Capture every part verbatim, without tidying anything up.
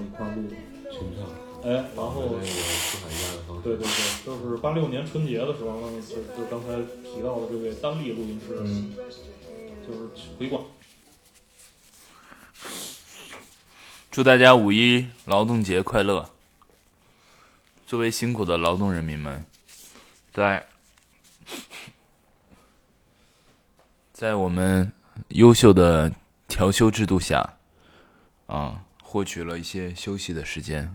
一块录群唱， 哎，然后那个出海家的方式， 对对对，就是八六年春节的时候呢，就就刚才提到的这位当地录音师， 嗯， 就是回广。 祝大家五一劳动节快乐！作为辛苦的劳动人民们，在在我们优秀的调休制度下，啊，获取了一些休息的时间，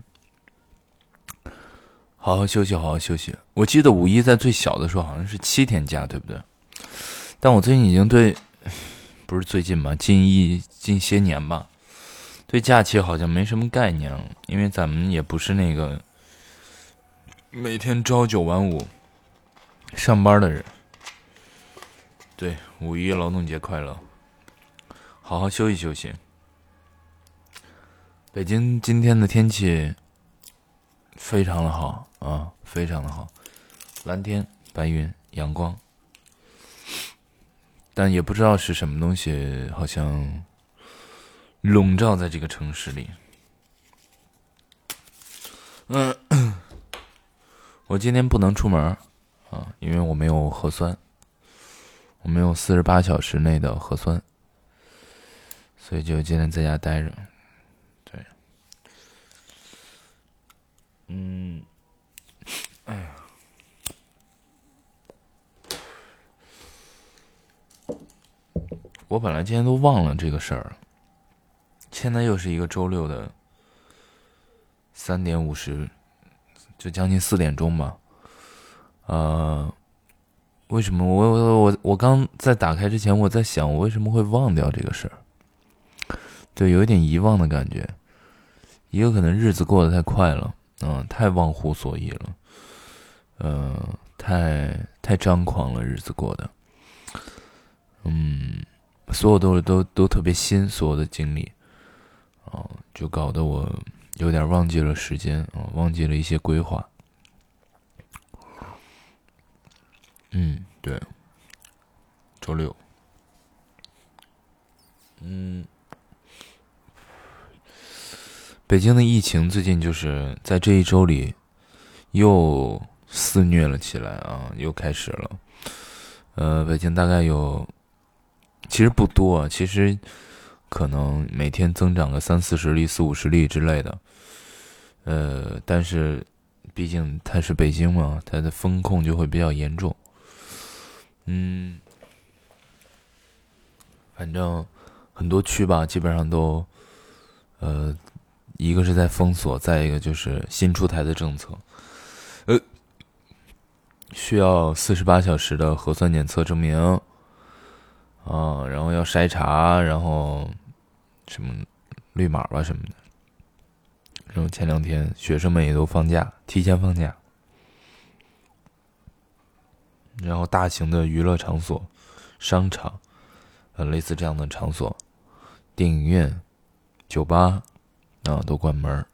好好休息，好好休息。我记得五一在最小的时候好像是七天假，对不对？但我最近已经对，不是最近吧，近一近些年吧。对假期好像没什么概念了，因为咱们也不是那个每天朝九晚五上班的人。对，五一劳动节快乐，好好休息休息。北京今天的天气非常的好啊，非常的好，蓝天白云阳光，但也不知道是什么东西，好像笼罩在这个城市里。嗯，我今天不能出门啊，因为我没有核酸，我没有四十八小时内的核酸，所以就今天在家待着。对，嗯，哎呀，我本来今天都忘了这个事儿了。现在又是一个周六的三点五十，就将近四点钟吧。呃，为什么我我我我刚在打开之前，我在想我为什么会忘掉这个事儿，对，有一点遗忘的感觉。也有可能日子过得太快了，嗯、呃，太忘乎所以了，呃，太太张狂了，日子过得，嗯，所有都都都特别新，所有的经历。哦，就搞得我有点忘记了时间啊、哦，忘记了一些规划。嗯，对，周六。嗯，北京的疫情最近就是在这一周里又肆虐了起来啊，又开始了。呃，北京大概有，其实不多啊，其实。可能每天增长个三四十例、四五十例之类的，呃，但是毕竟它是北京嘛，它的风控就会比较严重。嗯，反正很多区吧，基本上都，呃，一个是在封锁，再一个就是新出台的政策，呃，需要四十八小时的核酸检测证明，啊，然后要筛查，然后。什么绿码吧什么的，然后前两天学生们也都放假，提前放假，然后大型的娱乐场所、商场，呃，类似这样的场所，电影院、酒吧啊都关门。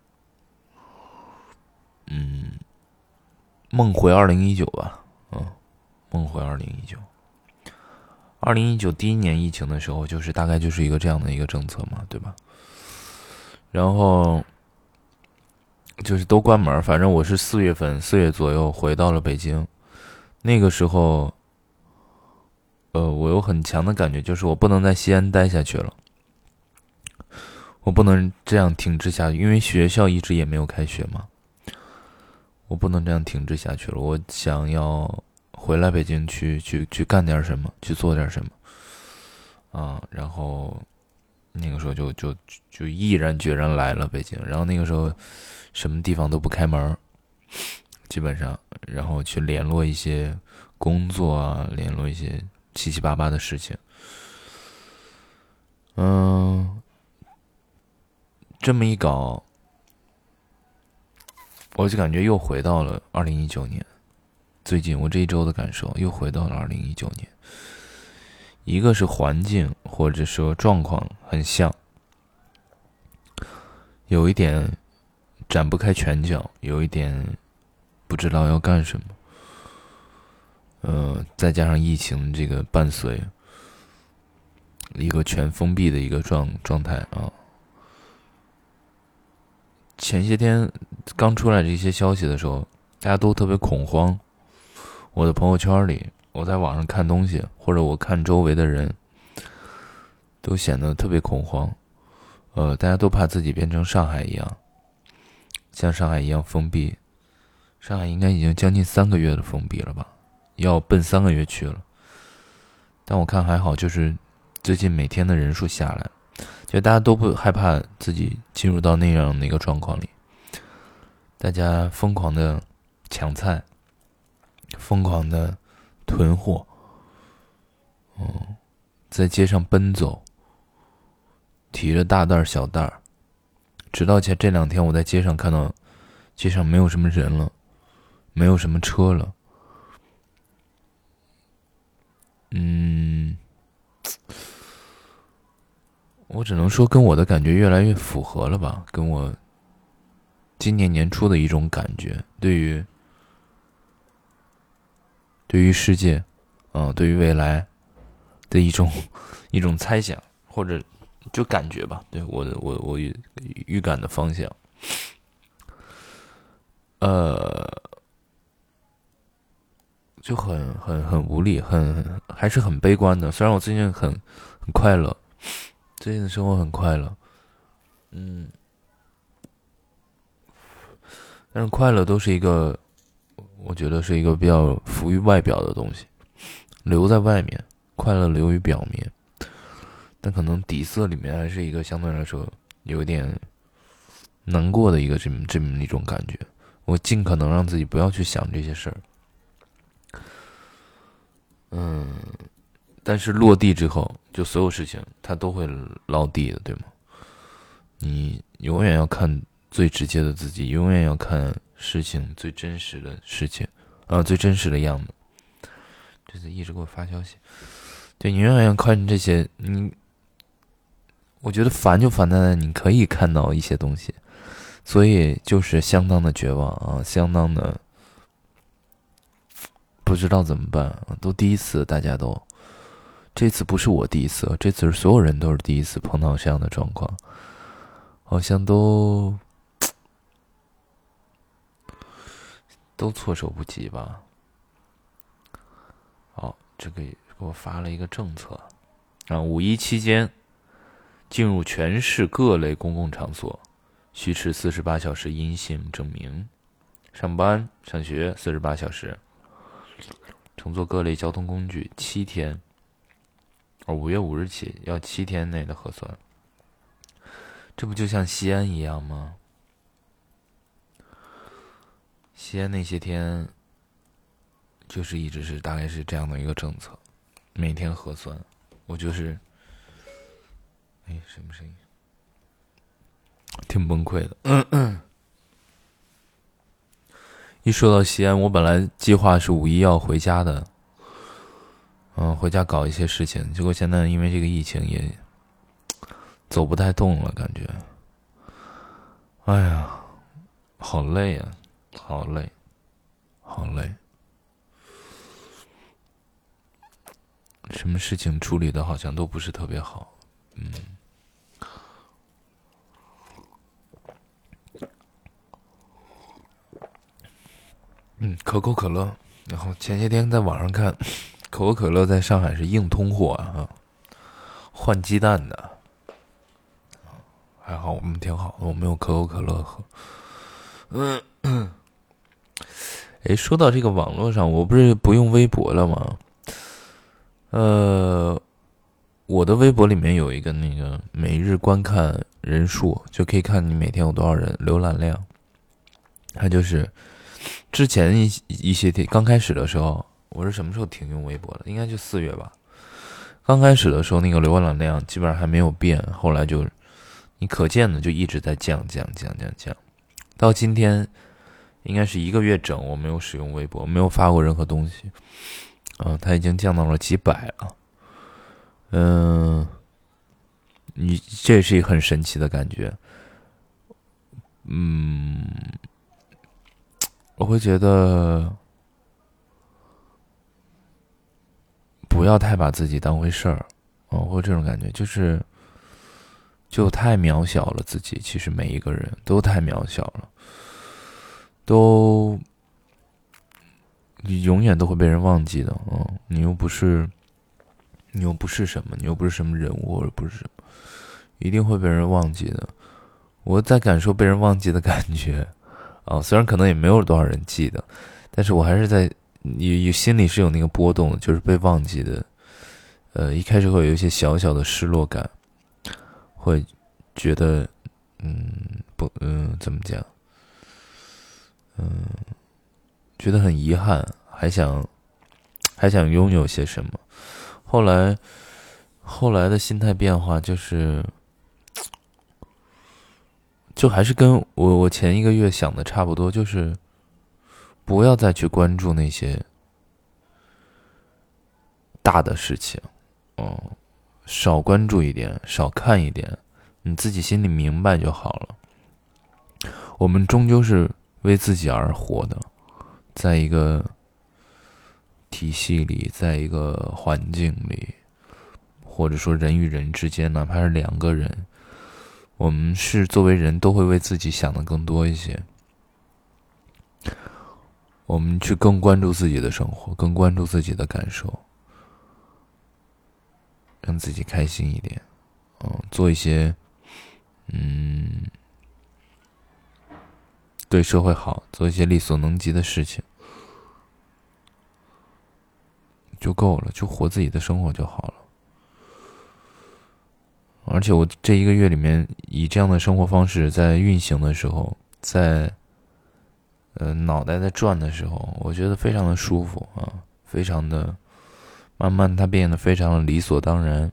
嗯，梦回二零一九吧，嗯，梦回二零一九。二零一九第一年疫情的时候，就是大概就是一个这样的一个政策嘛，对吧？然后就是都关门，反正我是四月份四月左右回到了北京，那个时候，呃，我有很强的感觉，就是我不能在西安待下去了，我不能这样停滞下去，因为学校一直也没有开学嘛，我不能这样停滞下去了，我想要。回来北京去去去干点什么，去做点什么，啊，然后那个时候就就就毅然决然来了北京，然后那个时候什么地方都不开门，基本上，然后去联络一些工作啊，联络一些七七八八的事情，嗯，这么一搞，我就感觉又回到了二零一九年。最近我这一周的感受又回到了二零一九年，一个是环境或者说状况很像，有一点展不开拳脚，有一点不知道要干什么，呃，再加上疫情这个伴随，一个全封闭的一个状状态啊， 前些天刚出来这些消息的时候，大家都特别恐慌。我的朋友圈里，我在网上看东西，或者我看周围的人，都显得特别恐慌。呃，大家都怕自己变成上海一样，像上海一样封闭。上海应该已经将近三个月的封闭了吧，要奔三个月去了。但我看还好，就是最近每天的人数下来，就大家都不害怕自己进入到那样的一个状况里。大家疯狂的抢菜，疯狂的囤货，嗯，在街上奔走，提着大袋小袋，直到前这两天我在街上看到街上没有什么人了，没有什么车了。嗯，我只能说跟我的感觉越来越符合了吧，跟我今年年初的一种感觉，对于对于世界，啊、呃，对于未来的一种一种猜想，或者就感觉吧，对我的我我预感的方向。呃，就很很很无力，很还是很悲观的。虽然我最近很很快乐，最近的生活很快乐，嗯，但是快乐都是一个，我觉得是一个比较浮于外表的东西，留在外面，快乐流于表面，但可能底色里面还是一个相对来说有点难过的一个这么这么一种感觉。我尽可能让自己不要去想这些事儿。嗯，但是落地之后，就所有事情它都会落地的，对吗？你永远要看最直接的自己，永远要看事情最真实的事情，啊，最真实的样子。这次一直给我发消息，对，你永远要看这些。你，我觉得烦就烦在你可以看到一些东西，所以就是相当的绝望啊，相当的。不知道怎么办，都第一次，大家都，这次不是我第一次，这次是所有人都是第一次碰到这样的状况，好像都都措手不及吧。好，这个给我发了一个政策，啊，五一期间进入全市各类公共场所需持四十八小时阴性证明，上班上学四十八小时。乘坐各类交通工具七天，而五月五日起要七天内的核酸。这不就像西安一样吗？西安那些天就是一直是大概是这样的一个政策，每天核酸。我就是，哎，什么声音？挺崩溃的。嗯嗯。一说到西安，我本来计划是五一要回家的，嗯，回家搞一些事情，结果现在因为这个疫情也走不太动了，感觉，哎呀，好累啊，好累，好累，什么事情处理的好像都不是特别好，嗯。嗯，可口可乐。然后前些天在网上看，可口可乐在上海是硬通货啊，换鸡蛋的。还好我们挺好的，我们有可口可乐喝。嗯嗯。哎，说到这个网络上，我不是不用微博了吗？呃，我的微博里面有一个那个每日观看人数，就可以看你每天有多少人浏览量。它就是。之前一一些天刚开始的时候，我是什么时候停用微博的？应该就四月吧。刚开始的时候，那个浏览量基本上还没有变，后来就你可见的就一直在降降降降降，到今天应该是一个月整，我没有使用微博，没有发过任何东西，啊、呃，它已经降到了几百了。嗯、呃，你这也是一个很神奇的感觉。嗯。我会觉得不要太把自己当回事儿，哦，我会这种感觉，就是就太渺小了，自己其实每一个人都太渺小了，都你永远都会被人忘记的。嗯，你又不是你又不是什么，你又不是什么人物，或者不是什么，一定会被人忘记的。我在感受被人忘记的感觉啊，虽然可能也没有多少人记得，但是我还是在你心里是有那个波动的，就是被忘记的。呃，一开始会有一些小小的失落感，会觉得，嗯，不，嗯，怎么讲？嗯，觉得很遗憾，还想，还想拥有些什么。后来，后来的心态变化就是，就还是跟我我前一个月想的差不多，就是不要再去关注那些大的事情。哦，少关注一点，少看一点，你自己心里明白就好了。我们终究是为自己而活的，在一个体系里，在一个环境里，或者说人与人之间，哪怕是两个人，我们是作为人都会为自己想的更多一些。我们去更关注自己的生活，更关注自己的感受，让自己开心一点，嗯，做一些，嗯，对社会好，做一些力所能及的事情，就够了，就活自己的生活就好了。而且我这一个月里面，以这样的生活方式在运行的时候，在呃脑袋在转的时候，我觉得非常的舒服啊，非常的。慢慢它变得非常的理所当然，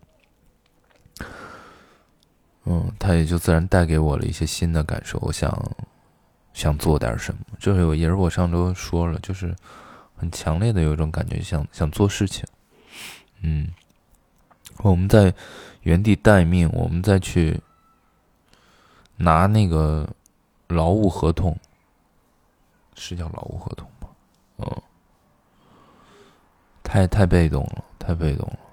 嗯，它也就自然带给我了一些新的感受。我想想做点什么，就是我也是我上周说了，就是很强烈的有一种感觉，想想做事情。嗯，我们在原地待命，我们再去拿那个劳务合同，是叫劳务合同吗？嗯。太太被动了，太被动了。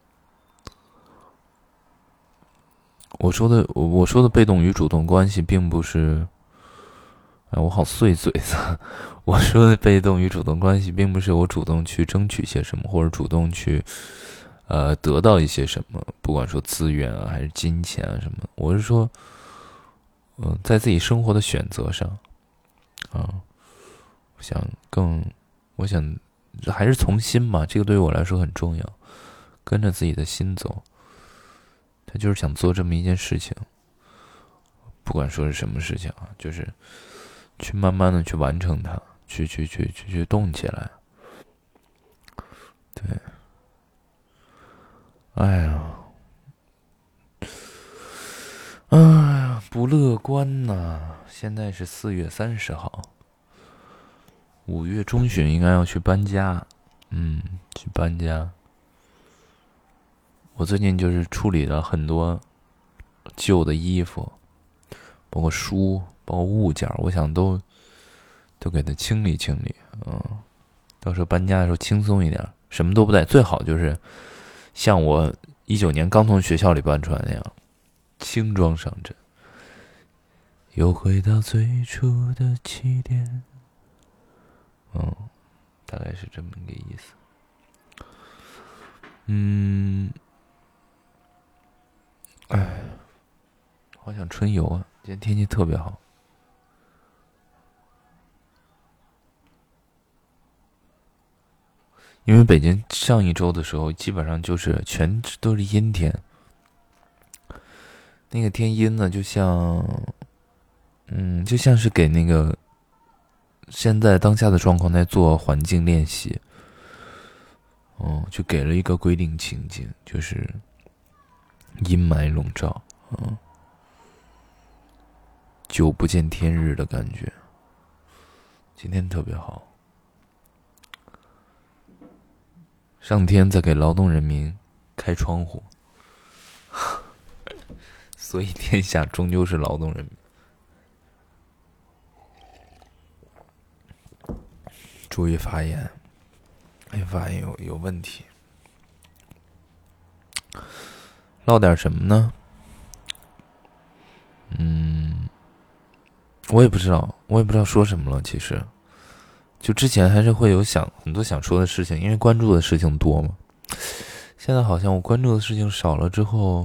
我说的，我我说的被动与主动关系，并不是，哎，我好碎嘴子。我说的被动与主动关系，并不是我主动去争取些什么，或者主动去，呃，得到一些什么，不管说资源啊，还是金钱啊什么。我是说，嗯、呃，在自己生活的选择上，啊，我想更，我想。还是从心吧，这个对于我来说很重要。跟着自己的心走，他就是想做这么一件事情，不管说是什么事情啊，就是去慢慢的去完成它，去去去去去动起来。对，哎呀，哎呀，不乐观呐！现在是四月三十号。五月中旬应该要去搬家，嗯，去搬家。我最近就是处理了很多旧的衣服，包括书，包括物件，我想都都给它清理清理，嗯，到时候搬家的时候轻松一点，什么都不带，最好就是像我一九年刚从学校里搬出来那样，轻装上阵，又回到最初的起点。嗯，大概是这么个意思。嗯，哎，好想春游啊！今天天气特别好。因为北京上一周的时候，基本上就是全都是阴天。那个天阴呢，就像，嗯，就像是给那个现在当下的状况在做环境练习。哦，就给了一个规定情境，就是阴霾笼罩，嗯，久不见天日的感觉。今天特别好，上天在给劳动人民开窗户，所以天下终究是劳动人民。注意发言，哎，发言有有问题。唠点什么呢？ 我也不知道，我也不知道说什么了。其实，就之前还是会有想很多想说的事情，因为关注的事情多嘛。现在好像我关注的事情少了之后，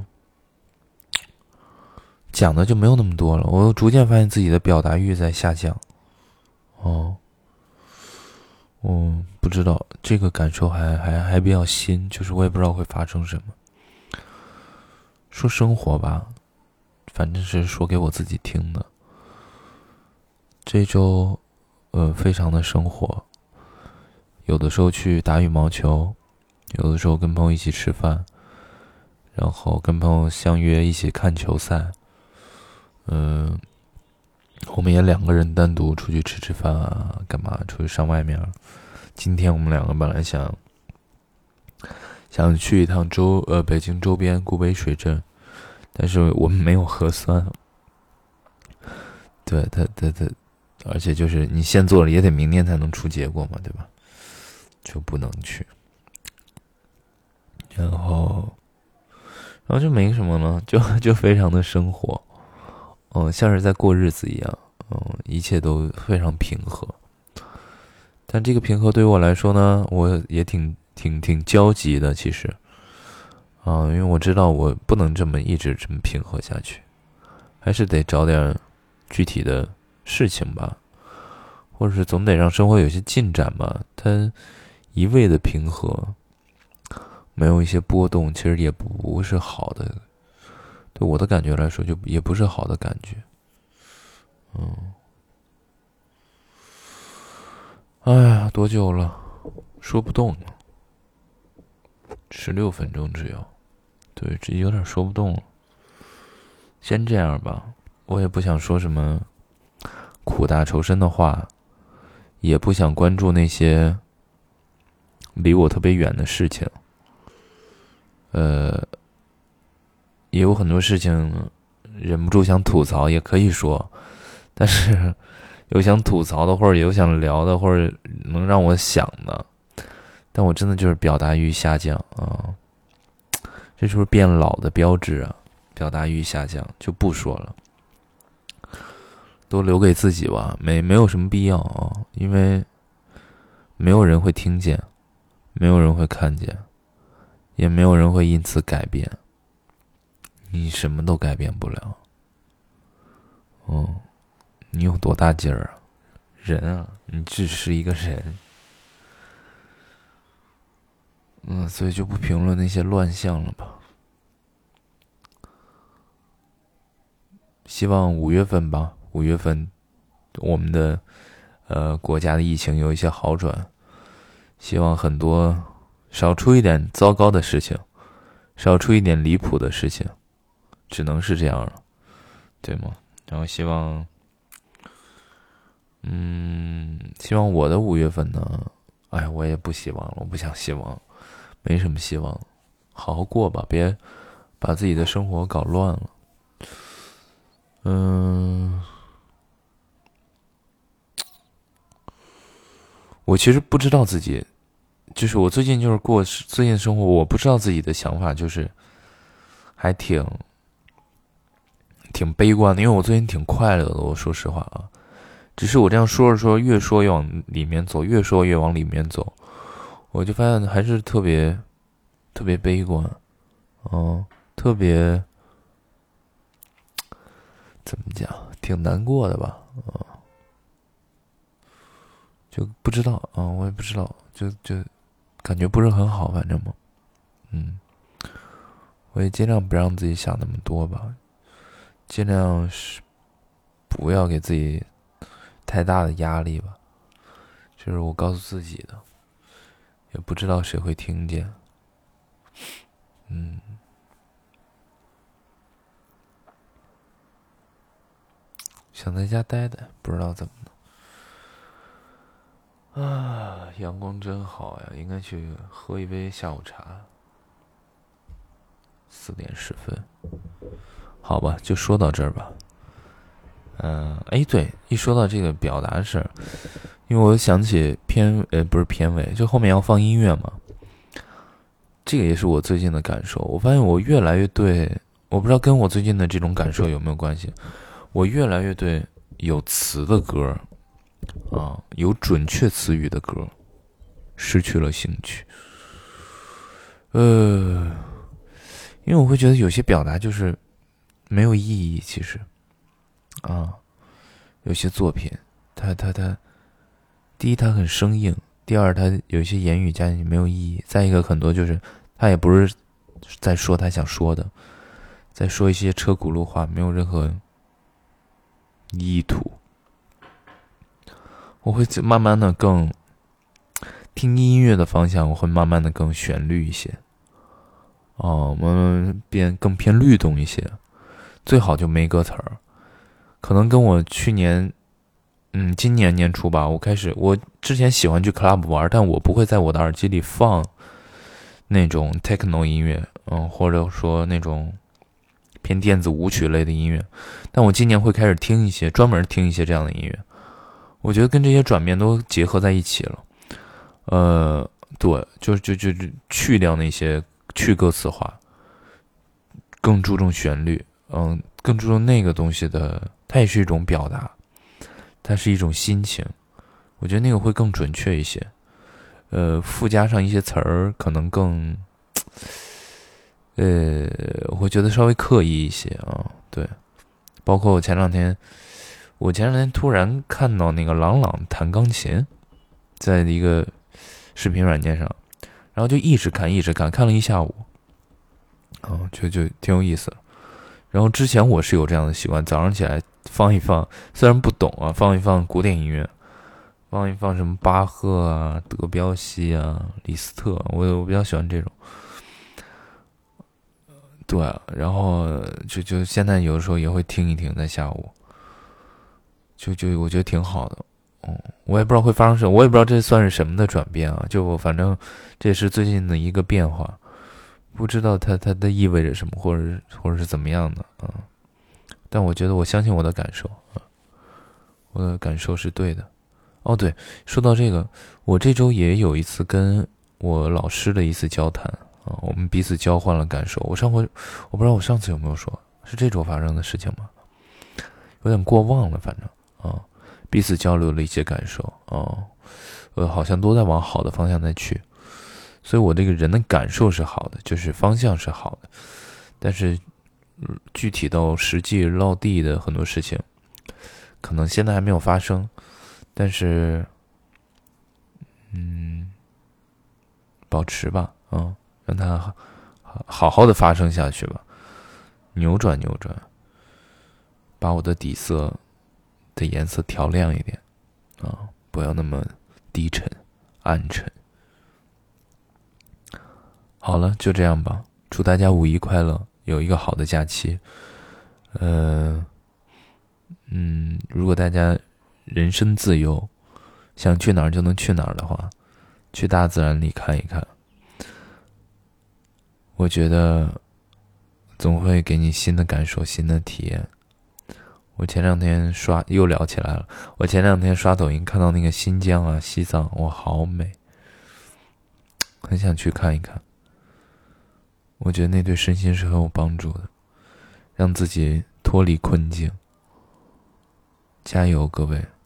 讲的就没有那么多了。我逐渐发现自己的表达欲在下降。哦，我不知道，这个感受还还还比较新，就是我也不知道会发生什么。说生活吧，反正是说给我自己听的。这周，呃，非常的生活。有的时候去打羽毛球，有的时候跟朋友一起吃饭，然后跟朋友相约一起看球赛。嗯、呃，我们也两个人单独出去吃吃饭啊，干嘛出去上外面。今天我们两个本来想想去一趟周呃北京周边古北水镇，但是我们没有核酸。对，他他他。而且就是你先做了也得明年才能出结果嘛，对吧？就不能去。然后，然后就没什么了，就就非常的生活，嗯，像是在过日子一样，嗯，一切都非常平和。但这个平和对于我来说呢，我也挺挺挺焦急的，其实，啊，因为我知道我不能这么一直这么平和下去，还是得找点具体的事情吧，或者是总得让生活有些进展吧。它一味的平和，没有一些波动，其实也不是好的。对我的感觉来说，就也不是好的感觉。嗯，哎呀，多久了？说不动了。十六分钟只有，对，这有点说不动了。先这样吧，我也不想说什么苦大仇深的话，也不想关注那些离我特别远的事情。呃，也有很多事情忍不住想吐槽，也可以说，但是有想吐槽的，或者有想聊的，或者能让我想的，但我真的就是表达欲下降啊，这就是变老的标志啊！表达欲下降，就不说了，都留给自己吧，没没有什么必要啊，因为没有人会听见，没有人会看见，也没有人会因此改变，你什么都改变不了。嗯，你有多大劲儿啊？人啊，你只是一个人。嗯，所以就不评论那些乱象了吧。希望五月份吧，五月份我们的呃国家的疫情有一些好转，希望很多少出一点糟糕的事情，少出一点离谱的事情，只能是这样了，对吗？然后希望，嗯，希望我的五月份呢，哎，我也不希望了，我不想希望，没什么希望，好好过吧，别把自己的生活搞乱了。嗯，我其实不知道自己，就是我最近就是过最近生活，我不知道自己的想法，就是还挺挺悲观的，因为我最近挺快乐的，我说实话啊，只是我这样说着说，越说越往里面走，越说越往里面走，我就发现还是特别特别悲观，嗯，特别怎么讲？挺难过的吧，嗯，就不知道啊、嗯，我也不知道，就就感觉不是很好，反正嘛，嗯，我也尽量不让自己想那么多吧，尽量是不要给自己太大的压力吧，这是我告诉自己的，也不知道谁会听见，嗯。想在家待待，不知道怎么的。啊，阳光真好呀，应该去喝一杯下午茶。四点十分，好吧，就说到这儿吧。嗯、呃，哎，对，一说到这个表达事儿，因为我想起片，呃，不是片尾，就后面要放音乐嘛。这个也是我最近的感受。我发现我越来越对，我不知道跟我最近的这种感受有没有关系。我越来越对有词的歌啊，有准确词语的歌失去了兴趣。呃，因为我会觉得有些表达就是没有意义，其实啊，有些作品它它它第一它很生硬，第二它有一些言语加进去没有意义，再一个很多就是他也不是在说他想说的，在说一些车轱辘话，没有任何意图。我会慢慢的更听音乐的方向，我会慢慢的更旋律一些，哦，慢慢变更偏律动一些，最好就没歌词儿。可能跟我去年，嗯，今年年初吧，我开始，我之前喜欢去 club 玩，但我不会在我的耳机里放那种 techno 音乐，嗯，或者说那种偏电子舞曲类的音乐，但我今年会开始听一些，专门听一些这样的音乐。我觉得跟这些转变都结合在一起了，呃，对，就就就就去掉那些去歌词化，更注重旋律，嗯，更注重那个东西的，它也是一种表达，它是一种心情，我觉得那个会更准确一些，呃，附加上一些词儿，可能更，呃，我会觉得稍微刻意一些啊，对，包括我前两天。我前两天突然看到那个郎朗弹钢琴，在一个视频软件上，然后就一直看一直看，看了一下午，嗯，就就挺有意思。然后之前我是有这样的习惯，早上起来放一放，虽然不懂啊，放一放古典音乐，放一放什么巴赫啊、德彪西啊、李斯特，我我比较喜欢这种。对，然后就就现在有的时候也会听一听，在下午。就就我觉得挺好的，嗯，我也不知道会发生什么，我也不知道这算是什么的转变啊，就我反正这是最近的一个变化，不知道它它的意味着什么，或者或者是怎么样的啊、嗯，但我觉得我相信我的感受啊，我的感受是对的。哦，对，说到这个，我这周也有一次跟我老师的一次交谈啊，我们彼此交换了感受。我上回我不知道我上次有没有说，是这周发生的事情吗？有点过忘了，反正。啊，彼此交流了一些感受啊，呃，好像都在往好的方向在去，所以我这个人的感受是好的，就是方向是好的，但是、嗯、具体到实际落地的很多事情，可能现在还没有发生，但是，嗯，保持吧，啊，让它好好好的发生下去吧，扭转扭转，把我的底色的颜色调亮一点啊，不要那么低沉暗沉。好了，就这样吧，祝大家五一快乐，有一个好的假期。呃嗯如果大家人身自由，想去哪儿就能去哪儿的话，去大自然里看一看，我觉得总会给你新的感受，新的体验。我前两天刷又聊起来了，我前两天刷抖音看到那个新疆啊、西藏，哇，好美，很想去看一看。我觉得那对身心是很有帮助的，让自己脱离困境。加油，各位！